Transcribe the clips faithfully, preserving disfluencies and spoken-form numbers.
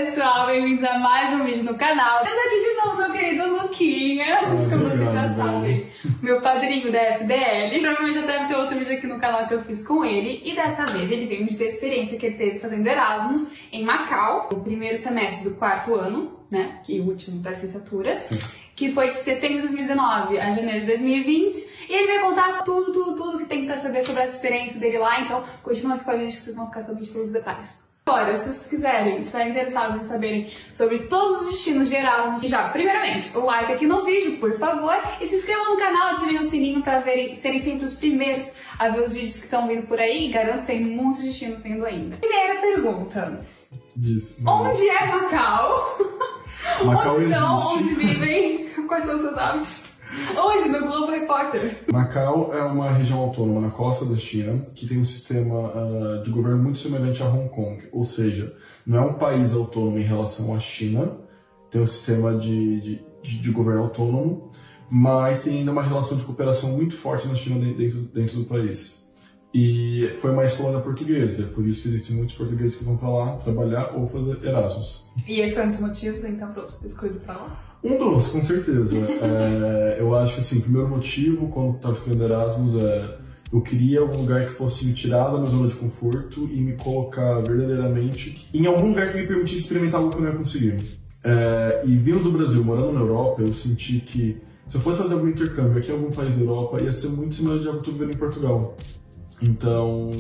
pessoal, bem-vindos a mais um vídeo no canal. Estamos aqui de novo, meu querido Luquinha, ah, como vocês já sabem, meu padrinho da F D L. Provavelmente já deve ter outro vídeo aqui no canal que eu fiz com ele. E dessa vez ele veio me dizer a experiência que ele teve fazendo Erasmus em Macau, no primeiro semestre do quarto ano, né, que é o último da licenciatura. Sim. Que foi de setembro de dois mil e dezenove a janeiro de dois mil e vinte. E ele vai contar tudo, tudo, tudo que tem pra saber sobre essa experiência dele lá. Então, continua aqui com a gente que vocês vão ficar sabendo de todos os detalhes. Agora, se vocês quiserem, estiverem interessados em saberem sobre todos os destinos de Erasmus, já, primeiramente, o like aqui no vídeo, por favor, e se inscrevam no canal, ativem o sininho pra verem, serem sempre os primeiros a ver os vídeos que estão vindo por aí, e garanto que tem muitos destinos vindo ainda. Primeira pergunta. Isso, onde é Macau? Macau onde estão, existe. onde vivem, quais são os seus hábitos? Hoje, no Globo Repórter. Macau é uma região autônoma na costa da China que tem um sistema uh, de governo muito semelhante a Hong Kong, ou seja, não é um país autônomo em relação à China, tem um sistema de, de, de, de governo autônomo, mas tem ainda uma relação de cooperação muito forte na China dentro, dentro do país. E foi uma escola portuguesa, por isso que existem muitos portugueses que vão para lá trabalhar ou fazer Erasmus. E esse foi um dos motivos, então, para você ter escolhido para lá? Um dos, com certeza. é, eu acho que assim, o primeiro motivo, quando estava escolhendo Erasmus, é eu queria algum lugar que fosse me tirar da minha zona de conforto e me colocar verdadeiramente em algum lugar que me permitisse experimentar algo que eu não ia conseguir. É, e vindo do Brasil, morando na Europa, eu senti que se eu fosse fazer algum intercâmbio aqui em algum país da Europa, ia ser muito semelhante ao que eu estou vivendo em Portugal. Então,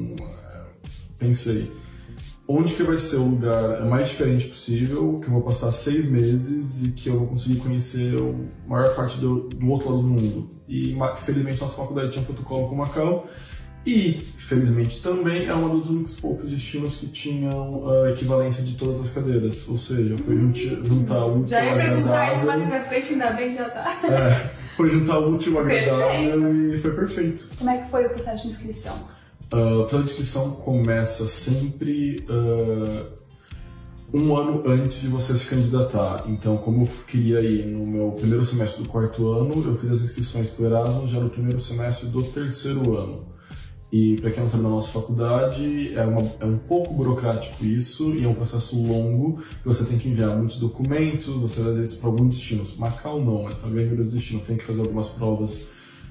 pensei, onde que vai ser o lugar mais diferente possível, que eu vou passar seis meses e que eu vou conseguir conhecer a maior parte do, do outro lado do mundo. E, felizmente, nossa faculdade tinha um protocolo com Macau e, felizmente, também é um dos únicos poucos destinos que tinham a equivalência de todas as cadeiras. Ou seja, foi juntar o último já ia perguntar isso mais agradável. pra frente, ainda bem que já tá. É. Foi juntar o último agradável Perfeito. E foi perfeito. Como é que foi o processo de inscrição? Uh, toda inscrição começa sempre uh, um ano antes de você se candidatar. Então, como eu queria ir no meu primeiro semestre do quarto ano, eu fiz as inscrições para o Erasmus já no primeiro semestre do terceiro ano. E para quem não sabe, na nossa faculdade é, uma, é um pouco burocrático isso e é um processo longo que você tem que enviar muitos documentos, você às vezes para alguns destinos. Macau não, mas para a maioria dos destinos tem que fazer algumas provas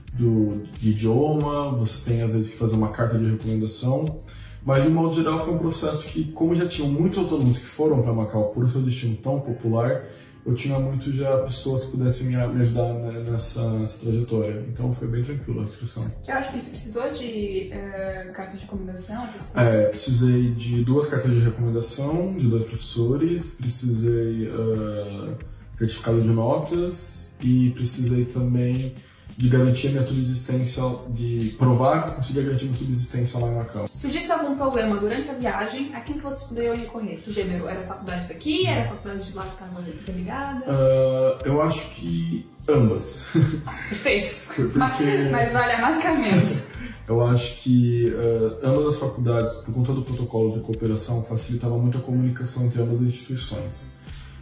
do, de idioma, você tem às vezes que fazer uma carta de recomendação. Mas de modo geral foi um processo que, como já tinham muitos outros alunos que foram para Macau por seu destino tão popular, eu tinha muito já pessoas que pudessem me, me ajudar nessa, nessa trajetória. Então foi bem tranquilo a inscrição. Eu acho que você precisou de uh, carta de recomendação? É, precisei de duas cartas de recomendação, de dois professores, precisei uh, certificado de notas e precisei também de garantir a minha subsistência, de provar que eu conseguia garantir a minha subsistência lá em Macau. Se surgisse algum problema durante a viagem, a quem que vocês poderiam recorrer? Do gênero, era a faculdade daqui, era a faculdade de lá que estava interligada? Uh, eu acho que ambas. Perfeito. Porque... mas, mas vale a mais que a menos. Eu acho que uh, ambas as faculdades, por conta do protocolo de cooperação, facilitava muito a comunicação entre ambas as instituições.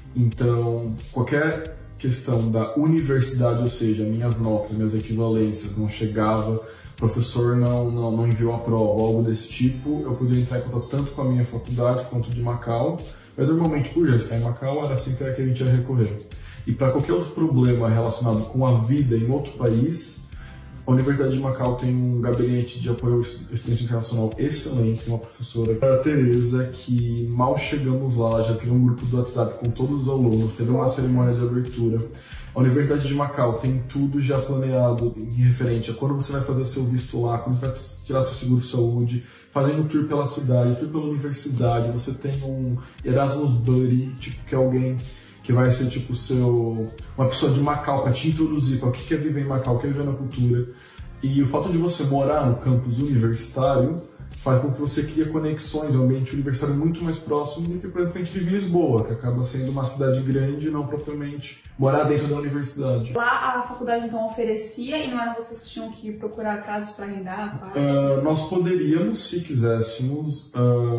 Então, qualquer questão da universidade, ou seja, minhas notas, minhas equivalências, não chegava, o professor não, não, não enviou a prova, algo desse tipo, eu podia entrar em contato tanto com a minha faculdade quanto de Macau, mas normalmente, por já estar em Macau, era assim que a gente ia recorrer. E para qualquer outro problema relacionado com a vida em outro país, a Universidade de Macau tem um gabinete de apoio ao estudante internacional excelente, tem uma professora, a Tereza, que mal chegamos lá, já teve um grupo do WhatsApp com todos os alunos, teve uma cerimônia de abertura. A Universidade de Macau tem tudo já planeado em referente a quando você vai fazer seu visto lá, quando você vai tirar seu seguro-saúde, fazendo um tour pela cidade, tour pela universidade, você tem um Erasmus Buddy, tipo, que é alguém que vai ser tipo seu, uma pessoa de Macau para te introduzir para o que é viver em Macau, o que é viver na cultura. E o fato de você morar no campus universitário faz com que você crie conexões ao ambiente universitário muito mais próximo do que, por exemplo, a gente vive em Lisboa, que acaba sendo uma cidade grande e não propriamente morar dentro da universidade. Lá a faculdade então oferecia e não eram vocês que tinham que procurar casas para arrendar? Quartos? Uh, nós poderíamos, se quiséssemos,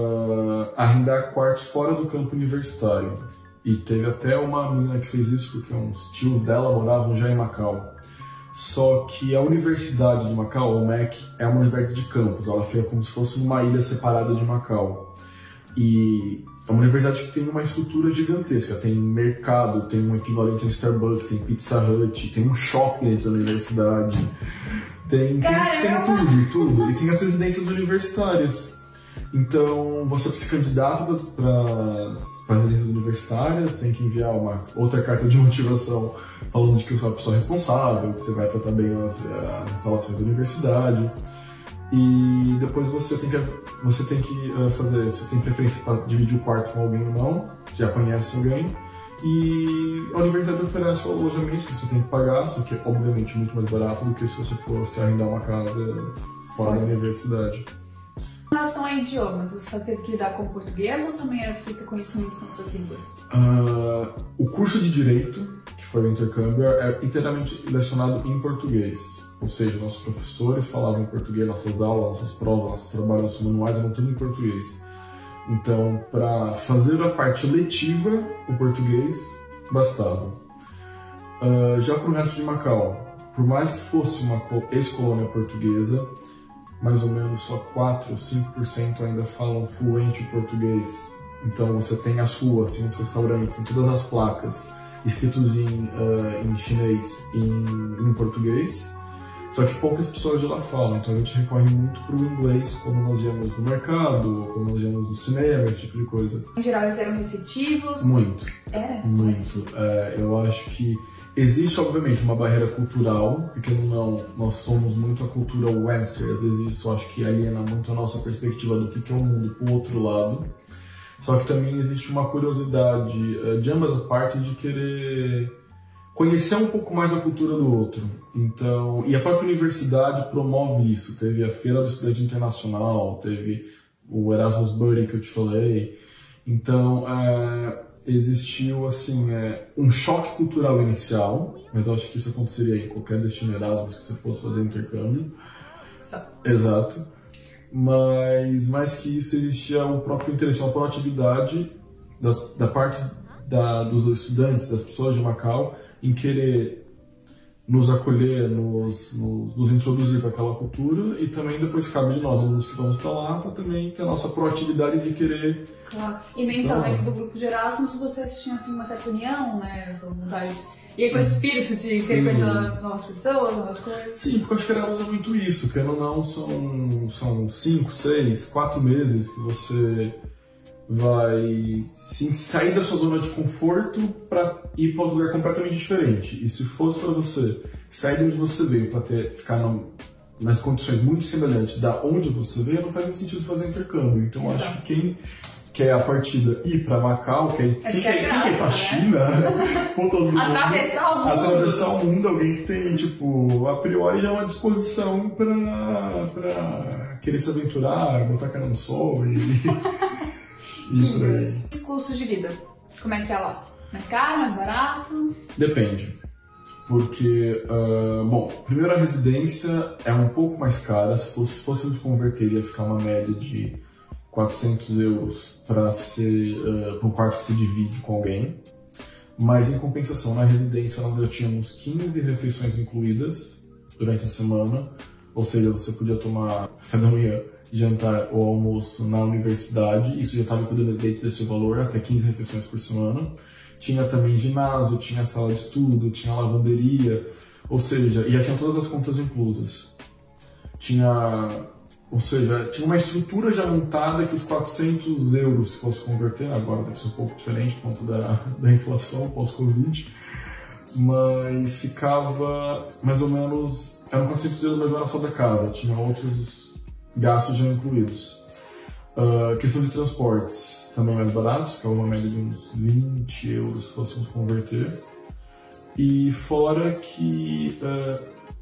uh, arrendar quartos fora do campo universitário. E teve até uma menina que fez isso porque uns tios dela moravam já em Macau. Só que a Universidade de Macau, o M E C, é uma universidade de campus. Ela fica como se fosse uma ilha separada de Macau. E é uma universidade que tem uma estrutura gigantesca, tem mercado, tem um equivalente a Starbucks, tem Pizza Hut, tem um shopping dentro da universidade, tem, tem, tem tudo, tudo, e tem as residências universitárias. Então, você se candidata para as residências universitárias, tem que enviar uma outra carta de motivação falando de que você é uma pessoa responsável, que você vai tratar bem as, as instalações da universidade. E depois você tem que, você tem que uh, fazer, você tem preferência para dividir o quarto com alguém ou não, você já conhece alguém. E a universidade oferece o alojamento que você tem que pagar, só que é obviamente muito mais barato do que se você fosse arrendar uma casa fora da universidade. Em relação a idiomas, você teve que lidar com o português ou também era preciso ter conhecimentos nas outras línguas? Uh, o curso de Direito, que foi o intercâmbio, é inteiramente lecionado em português. Ou seja, nossos professores falavam em português, nossas aulas, nossas provas, nossos trabalhos, nossos manuais eram tudo em português. Então, para fazer a parte letiva, o português bastava. Uh, já para o resto de Macau, por mais que fosse uma ex-colônia portuguesa, mais ou menos só quatro ou cinco por cento ainda falam fluente português. Então você tem as ruas, tem os restaurantes, tem todas as placas escritos em, uh, em chinês e em, em português. Só que poucas pessoas de lá falam, então a gente recorre muito para o inglês quando nós íamos no mercado, quando nós íamos no cinema, esse tipo de coisa. Em geral eles eram receptivos? Muito. Era? Muito. É, eu acho que existe, obviamente, uma barreira cultural, porque não, nós somos muito a cultura western, às vezes isso acho que aliena muito a nossa perspectiva do que é o mundo pro outro lado. Só que também existe uma curiosidade uh, de ambas as partes de querer conhecer um pouco mais a cultura do outro. Então, e a própria universidade promove isso. Teve a Feira do Estudante Internacional, teve o Erasmus Buddy que eu te falei. Então, é, existiu assim, é, um choque cultural inicial, mas eu acho que isso aconteceria em qualquer destino Erasmus que você fosse fazer intercâmbio. Exato. Exato. Mas, mais que isso, existia o próprio interesse, uma proatividade das, da parte da, dos estudantes, das pessoas de Macau, em querer nos acolher, nos, nos, nos introduzir para aquela cultura, e também depois cabe de nós, alunos que vamos para lá, para também ter a nossa proatividade de querer... Claro. E mentalmente do grupo de Erasmus, vocês tinham assim, uma certa união, né? E aí com esse espírito de querer conhecer novas pessoas, novas coisas? Sim, porque eu acho que Erasmus é muito isso, querendo ou não, são, são cinco, seis, quatro meses que você vai sim, sair da sua zona de conforto para ir para outro lugar completamente diferente. E se fosse para você sair de onde você veio para ter ficar no, nas condições muito semelhantes da onde você veio, não faz muito sentido fazer intercâmbio. Então eu acho que quem quer a partida ir para Macau, quem, quem, quer, graça, quem quer ir para a China, né? atravessar o mundo, atravessar o mundo, alguém que tem tipo a priori já uma disposição para querer se aventurar, botar a cara no sol e E, e custos de vida? Como é que é lá? Mais caro, mais barato? Depende. Porque, uh, bom, primeiro a residência é um pouco mais cara. Se fosse, se fosse converter, ia ficar uma média de quatrocentos euros para ser uh, um quarto que se divide com alguém. Mas, em compensação, na residência nós já tínhamos quinze refeições incluídas durante a semana. Ou seja, você podia tomar café da manhã, jantar ou almoço na universidade, isso já estava incluído dentro desse valor, até quinze refeições por semana. Tinha também ginásio, tinha sala de estudo, tinha lavanderia, ou seja, e já tinha todas as contas inclusas. Tinha, ou seja, tinha uma estrutura já montada que os quatrocentos euros, se fosse converter, agora deve ser um pouco diferente por conta da, da inflação pós-Covid, mas ficava mais ou menos, eram quatrocentos euros, mas não era só da casa, tinha outros gastos já incluídos. Uh, questão de transportes também mais baratos, que é uma média de uns vinte euros se fôssemos converter. E fora que uh,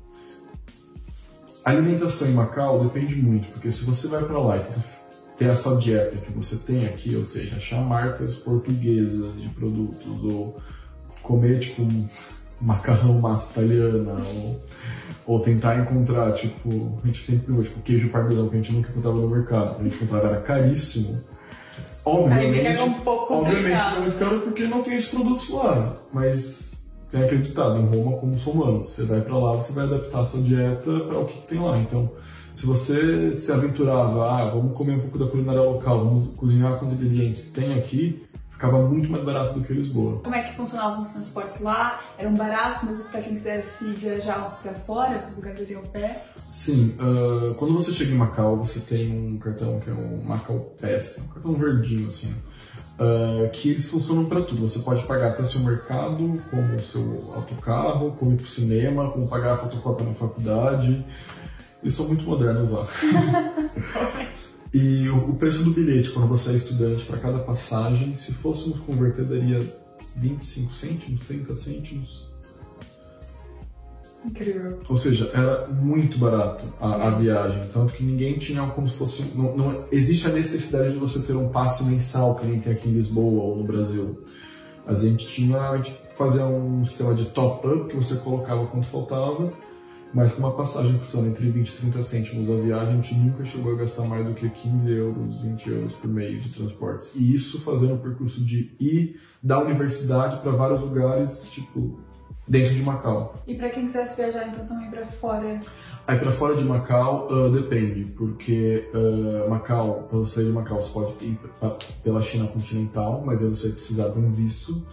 a alimentação em Macau depende muito, porque se você vai para lá e ter a sua dieta que você tem aqui, ou seja, achar marcas portuguesas de produtos, ou comer tipo macarrão massa italiana, ou, ou tentar encontrar, tipo, a gente sempre pegou, tipo, queijo parmesão que a gente nunca encontrava no mercado, a gente encontrava, era caríssimo. Obviamente, é um pouco obviamente é muito caro porque não tem esses produtos lá, mas tem acreditado, em Roma como são humanos, você vai pra lá, você vai adaptar a sua dieta para o que, que tem lá, então Se você se aventurava, ah, vamos comer um pouco da culinária local, vamos cozinhar com os ingredientes que tem aqui, ficava muito mais barato do que Lisboa. Como é que funcionavam os transportes lá? Eram baratos mesmo para quem quisesse viajar para fora, para os lugares ali ao pé? Sim, uh, quando você chega em Macau, você tem um cartão que é um Macau Pass, um cartão verdinho assim, uh, que eles funcionam para tudo. Você pode pagar até seu mercado, como o seu autocarro, como ir pro cinema, como pagar a fotocópia na faculdade. Eles são muito modernos lá. E o, o preço do bilhete, quando você é estudante, para cada passagem, se fôssemos converter, daria vinte e cinco cêntimos, trinta cêntimos. Incrível. Ou seja, era muito barato a, a viagem, tanto que ninguém tinha como se fosse... Não, não existe a necessidade de você ter um passe mensal, que nem tem aqui em Lisboa ou no Brasil. A gente tinha a gente fazia um sistema de top-up, que você colocava quanto faltava, mas com uma passagem custando entre vinte e trinta cêntimos a viagem, a gente nunca chegou a gastar mais do que quinze euros, vinte euros por mês de transportes. E isso fazendo o percurso de ir da universidade para vários lugares, tipo, dentro de Macau. E para quem quisesse viajar, então, também para fora? Aí para fora de Macau, uh, depende, porque uh, Macau, para você sair de Macau, você pode ir pra, pela China continental, mas aí você vai precisar de um visto.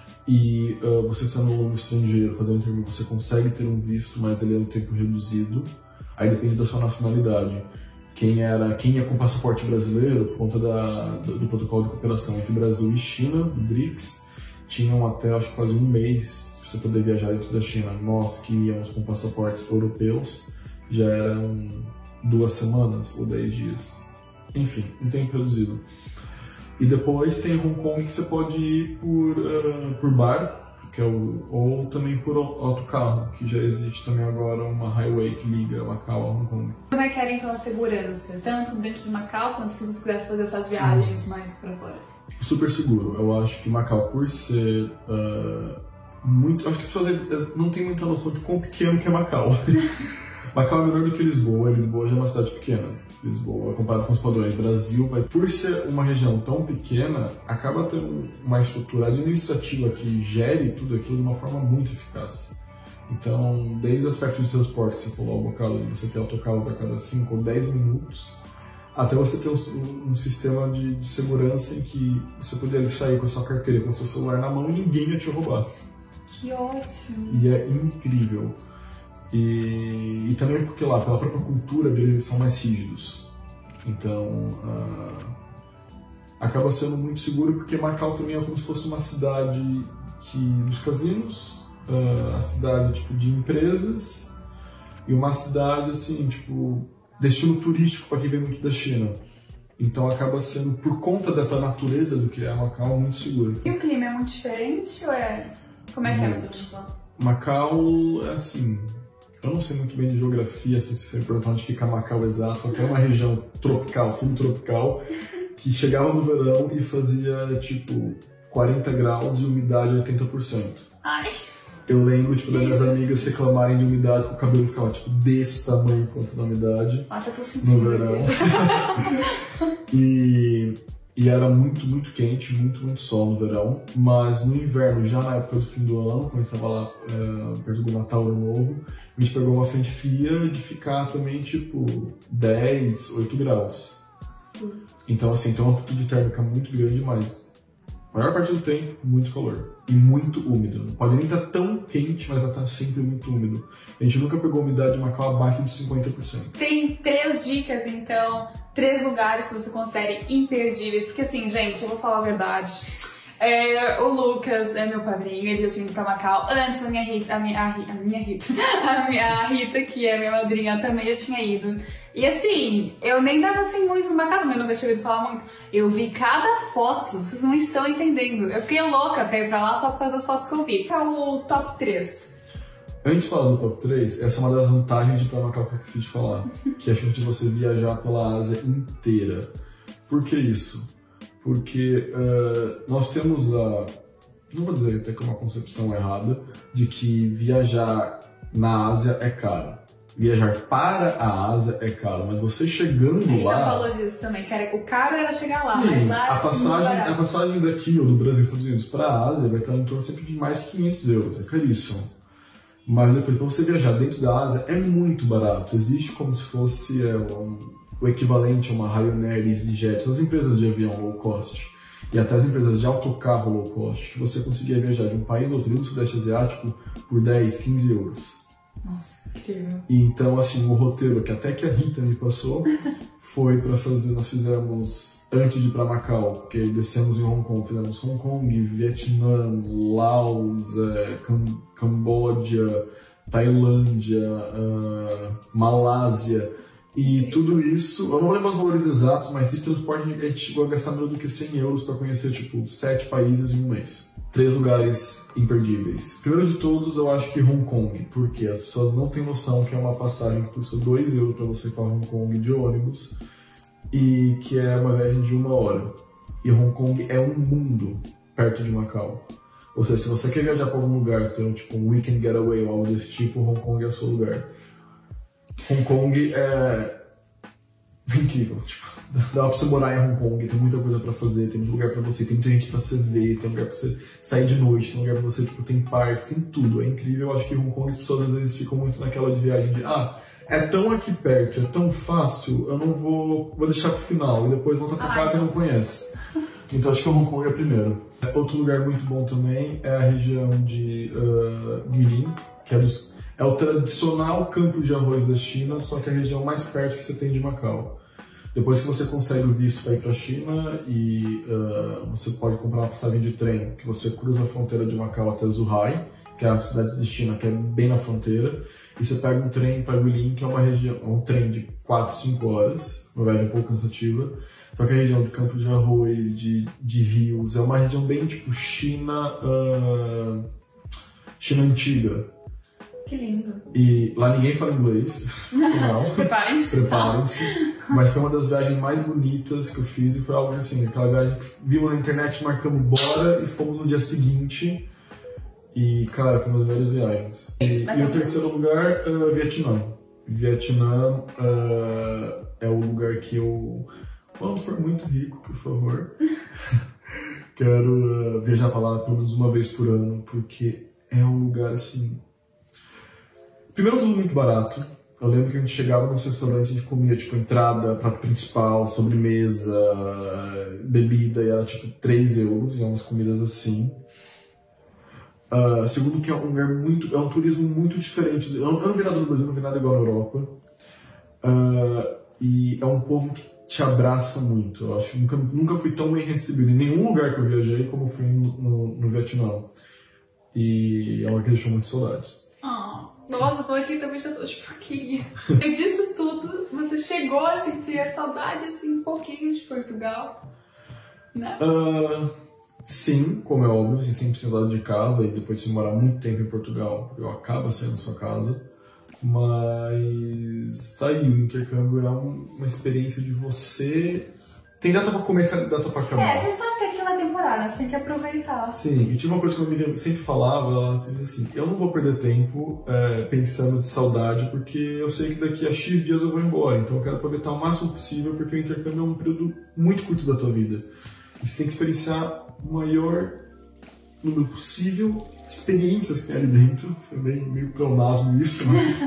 E uh, você sendo um aluno estrangeiro, fazendo intercâmbio, você consegue ter um visto, mas ele é um tempo reduzido. Aí depende da sua nacionalidade. Quem, era, quem ia com passaporte brasileiro, por conta da, do, do protocolo de cooperação entre Brasil e China, do BRICS, tinham até acho que quase um mês para você poder viajar dentro da China. Nós que íamos com passaportes europeus, já eram duas semanas ou dez dias. Enfim, um tempo reduzido. E depois tem Hong Kong que você pode ir por, uh, por barco, que é o, ou também por autocarro, que já existe também agora uma highway que liga Macau a Hong Kong. Como é que era então a segurança, tanto dentro de Macau quanto se você quisesse fazer essas viagens hum. mais para fora? Super seguro. Eu acho que Macau, por ser uh, muito... Acho que as pessoas não têm muita noção de quão pequeno que é Macau. Macau é menor do que Lisboa, Lisboa já é uma cidade pequena. Lisboa, comparado com os padrões Brasil, vai, por ser uma região tão pequena, acaba tendo uma estrutura administrativa que gere tudo aquilo de uma forma muito eficaz. Então, desde o aspecto de transporte que você falou, o local de você ter autocarros a cada cinco ou dez minutos, até você ter um, um sistema de, de segurança em que você poderia sair com a sua carteira, com o seu celular na mão e ninguém ia te roubar. Que ótimo! E é incrível. E, e também porque lá, pela própria cultura deles, eles são mais rígidos. Então, uh, acaba sendo muito seguro porque Macau também é como se fosse uma cidade que, dos casinos, uh, a cidade tipo, de empresas e uma cidade assim, tipo, destino turístico para quem vem muito da China. Então acaba sendo, por conta dessa natureza do que é Macau, muito seguro. E o clima é muito diferente ou é... Como é que é mais ou menos lá? Macau é assim... Eu não sei muito bem de geografia, se você me perguntar onde fica Macau exato, só que é uma região tropical, subtropical, que chegava no verão e fazia tipo quarenta graus e umidade oitenta por cento. Ai. Eu lembro tipo, das minhas Jesus. amigas reclamarem de umidade, que o cabelo ficava tipo, desse tamanho quanto da umidade. Nossa, eu tô sentindo no verão. e, e era muito, muito quente, muito, muito sol no verão. Mas no inverno, já na época do fim do ano, quando a gente estava lá é, perto do Natal, Ano Novo, a gente pegou uma frente fria de ficar também tipo dez, oito graus. Então assim, tem uma amplitude térmica muito grande, mas a maior parte do tempo, muito calor. E muito úmido. Não pode nem estar tão quente, mas vai estar sempre muito úmido. A gente nunca pegou umidade de Macau abaixo de cinquenta por cento. Tem três dicas, então, três lugares que você considere imperdíveis. Porque assim, gente, eu vou falar a verdade. É, o Lucas é meu padrinho, ele já tinha ido pra Macau antes da minha Rita, a minha, a, a minha Rita, a minha Rita, que é minha madrinha, também já tinha ido. E assim, eu nem dava assim muito pra Macau, mas não deixei ele falar muito. Eu vi cada foto, vocês não estão entendendo. Eu fiquei louca pra ir pra lá só por causa das fotos que eu vi. Qual é o top três? Antes de falar do top três, essa é uma das vantagens de ir pra Macau que eu esqueci de falar, que é a chance de você viajar pela Ásia inteira. Por que isso? Porque uh, nós temos a, não vou dizer até que é uma concepção errada, de que viajar na Ásia é caro. Viajar para a Ásia é caro, mas você chegando Ele lá... Ele falou disso também, que era, o caro era chegar lá, Sim, mas lá a passagem, a passagem daqui, ou do Brasil e Estados Unidos, para a Ásia vai estar em torno sempre de mais de quinhentos euros, é caríssimo. Mas depois, para você viajar dentro da Ásia, é muito barato. Existe como se fosse é, um, o equivalente a uma Ryanair, EasyJet, as empresas de avião low cost, e até as empresas de autocarro low cost, que você conseguia viajar de um país ou outro no Sudeste Asiático por dez, quinze euros. Nossa, incrível. E então, assim, o roteiro que até que a Rita me passou foi para fazer, nós fizemos, antes de ir para Macau, porque descemos em Hong Kong, fizemos Hong Kong, Vietnã, Laos, é, Cam Camboja, Tailândia, uh, Malásia, e tudo isso, eu não lembro os valores exatos, mas de transporte a gente chegou a gastar menos do que cem euros para conhecer, tipo, sete países em um mês. Três lugares imperdíveis. Primeiro de todos, eu acho que Hong Kong, porque as pessoas não têm noção que é uma passagem que custa dois euros para você ir para Hong Kong de ônibus e que é uma viagem de uma hora. E Hong Kong é um mundo perto de Macau. Ou seja, se você quer viajar para algum lugar, então, tipo um weekend getaway ou algo desse tipo, Hong Kong é o seu lugar. Hong Kong é incrível, tipo, dá pra você morar em Hong Kong, tem muita coisa pra fazer, tem muito lugar pra você, tem muita gente pra você ver, tem lugar pra você sair de noite, tem lugar pra você, tipo, tem parques, tem tudo, é incrível. Eu acho que Hong Kong as pessoas às vezes ficam muito naquela de viagem de ah, é tão aqui perto, é tão fácil, eu não vou, vou deixar pro final, e depois volta pra casa e não conhece. Então acho que Hong Kong é primeiro. Outro lugar muito bom também é a região de uh, Guilin, que é dos É o tradicional campo de arroz da China, só que é a região mais perto que você tem de Macau. Depois que você consegue o visto para ir para a China e uh, você pode comprar uma passagem de trem, que você cruza a fronteira de Macau até Zhuhai, que é a cidade de China, que é bem na fronteira, e você pega um trem para Guilin, que é uma região, um trem de quatro, cinco horas, uma viagem um pouco cansativa, só que a região de campos de arroz, de, de rios, é uma região bem tipo China, uh, China antiga. Que lindo. E lá ninguém fala inglês, afinal. Preparem-se. Preparem-se. Mas foi uma das viagens mais bonitas que eu fiz e foi algo assim, aquela viagem que vimos na internet, marcamos bora e fomos no dia seguinte. E, cara, foi uma das melhores viagens. E, e o terceiro lugar, uh, Vietnã. Vietnã uh, é o lugar que eu, quando for muito rico, por favor, quero uh, viajar pra lá pelo menos uma vez por ano, porque é um lugar assim... Primeiro, tudo muito barato. Eu lembro que a gente chegava nos restaurantes e comia, tipo, entrada, prato principal, sobremesa, bebida, e era, tipo, três euros, e umas comidas assim. Uh, segundo, que é um lugar muito... É um turismo muito diferente. Eu não, eu não vi nada no Brasil, não vi nada igual na Europa. Uh, e é um povo que te abraça muito. Eu acho que nunca, nunca fui tão bem recebido em nenhum lugar que eu viajei como fui no, no, no Vietnã. E é uma que deixou muitas saudades. Oh. Nossa, eu tô aqui também, já tô de pouquinho. E disso tudo, você chegou a sentir a saudade, assim, um pouquinho de Portugal, né? Uh, sim, como é óbvio, você sempre precisa saudade de casa e depois de você morar muito tempo em Portugal, Portugal acaba sendo sua casa. Mas tá aí, o intercâmbio é uma experiência de você... Tem data pra começar e data pra acabar. É, você sabe que aquilo é temporário, você tem que aproveitar. Sim, e tinha uma coisa que a minha amiga sempre falava, ela assim, assim, eu não vou perder tempo é, pensando de saudade, porque eu sei que daqui a X dias eu vou embora, então eu quero aproveitar o máximo possível, porque o intercâmbio é um período muito curto da tua vida. E você tem que experienciar o maior número possível de experiências que tem ali dentro. Foi meio, meio pleonasmo isso, mas...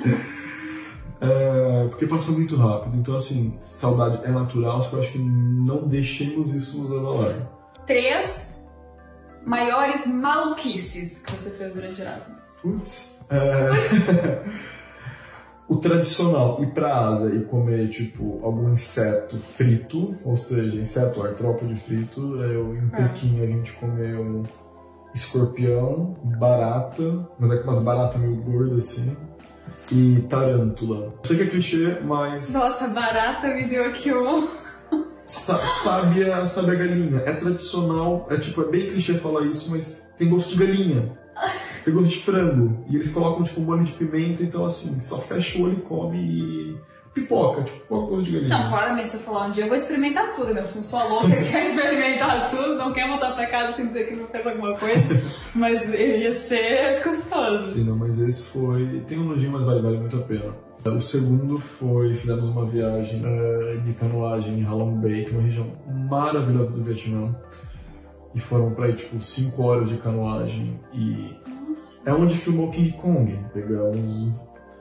É, porque passa muito rápido, então assim, saudade é natural, só que eu acho que não deixemos isso nos abalar. Três maiores maluquices que você fez durante Erasmus. Putz, é... o tradicional, ir pra Ásia e comer tipo algum inseto frito, ou seja, inseto artrópode frito, eu em Pequim a gente comeu escorpião, barata, mas é com umas baratas meio gordas assim. E tarântula. Sei que é clichê, mas... Nossa, barata me deu aqui um... Sa sabe, a, sabe a galinha. É tradicional, é tipo, é bem clichê falar isso, mas tem gosto de galinha. Tem gosto de frango. E eles colocam tipo um molho de pimenta, então assim, só fecha o olho e come e... Pipoca, tipo, qual gosto de galinha? Não, claramente, se eu falar um dia, eu vou experimentar tudo, né? Eu sou sua louca, quer experimentar tudo, não quer voltar pra casa sem dizer que não fez alguma coisa, mas ia ser custoso. Sim, não, mas esse foi... Tem um nojinho, mas vale, vale muito a pena. O segundo foi, fizemos uma viagem uh, de canoagem em Halong Bay, que é uma região maravilhosa do Vietnã. E foram pra aí, tipo, cinco horas de canoagem e... Nossa. é onde filmou King Kong. Pegamos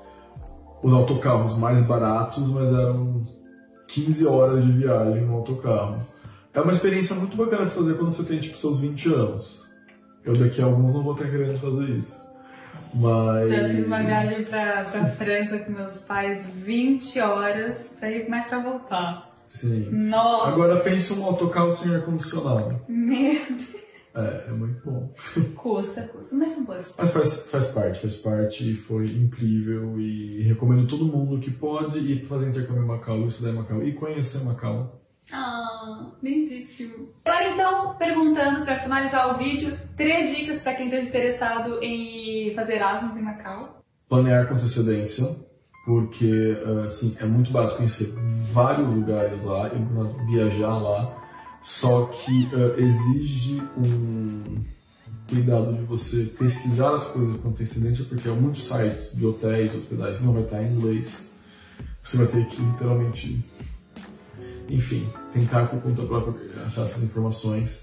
os autocarros mais baratos, mas eram quinze horas de viagem no autocarro. É uma experiência muito bacana de fazer quando você tem tipo seus vinte anos. Eu daqui a alguns não vou estar querendo fazer isso. Mas... Já fiz uma viagem pra, pra França com meus pais, vinte horas, pra ir mais pra voltar. Sim. Nossa! Agora pensa um autocarro sem ar-condicionado. Meu Deus! É, é muito bom. Custa, custa, mas são boas. Mas faz, faz parte, faz parte e foi incrível e recomendo todo mundo que pode ir fazer intercâmbio em Macau, estudar em Macau e conhecer Macau. Ah, lindíssimo. Agora então, perguntando para finalizar o vídeo, três dicas para quem esteja interessado em fazer Erasmus em Macau. Planear com antecedência, porque assim, é muito barato conhecer vários lugares lá e viajar lá, só que uh, exige um cuidado de você pesquisar as coisas com antecedência, porque há muitos sites de hotéis, hospedagens, não vai estar em inglês, você vai ter que literalmente... Enfim, tentar por conta própria achar essas informações,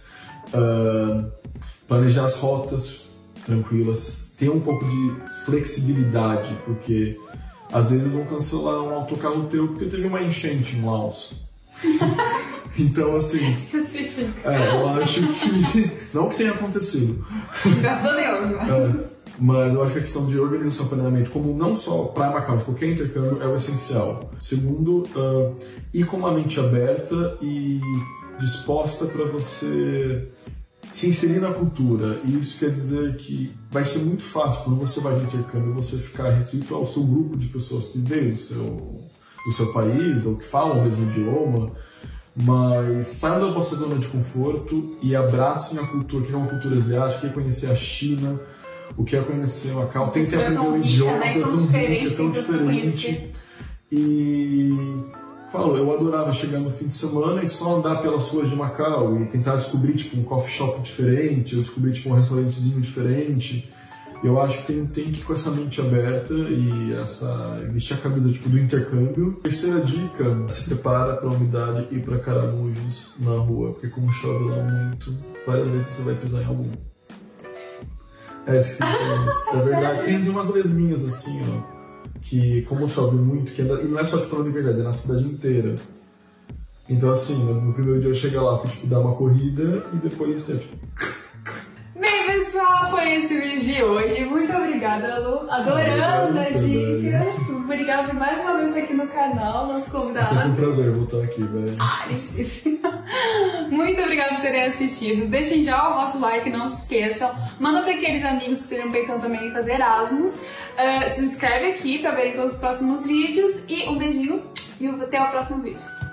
uh, planejar as rotas tranquilas, ter um pouco de flexibilidade, porque às vezes vão cancelar um autocarro teu porque teve uma enchente em Laos. Então, assim, específico. É, eu acho que não que tenha acontecido. Graças a Deus, né? É. Mas eu acho que a questão de organização e planeamento, como não só para Macau, de qualquer intercâmbio, é o essencial. Segundo, uh, ir com uma mente aberta e disposta para você se inserir na cultura. E isso quer dizer que vai ser muito fácil, quando você vai de intercâmbio, você ficar restrito ao seu grupo de pessoas que veio do seu, do seu país ou que falam o mesmo idioma. Mas saiam da vossa zona de conforto e abracem a cultura, que é uma cultura asiática, que é conhecer a China, o que é conhecer Macau, tem que aprender o idioma, né? é tão rico, é tão diferente. E falo, eu adorava chegar no fim de semana e só andar pelas ruas de Macau e tentar descobrir tipo um coffee shop diferente, ou descobrir tipo um restaurantezinho diferente. Eu acho que tem, tem que ir com essa mente aberta e essa vestir a camisa tipo, do intercâmbio. Terceira dica, se prepara para a umidade e para caramujos na rua, porque como chove lá muito, várias vezes você vai pisar em algum. É, esqueci de falar isso. É verdade, tem umas lesminhas assim, ó, que como chove muito, que anda, e não é só tipo na universidade, é na cidade inteira. Então assim, no primeiro dia eu cheguei lá, fui tipo dar uma corrida e depois, né, tipo... Bem, pessoal, foi esse o vídeo de hoje. Muito obrigada, Lu. Adoramos as dicas. Obrigada por mais uma vez aqui no canal, nosso convidado. É sempre um prazer voltar aqui, velho. Ah, lindíssimo. Muito obrigada por terem assistido. Deixem já o nosso like, não se esqueçam. Manda para aqueles amigos que estejam pensando também em fazer Erasmus. Uh, se inscreve aqui para verem todos os próximos vídeos. E um beijinho e até o próximo vídeo.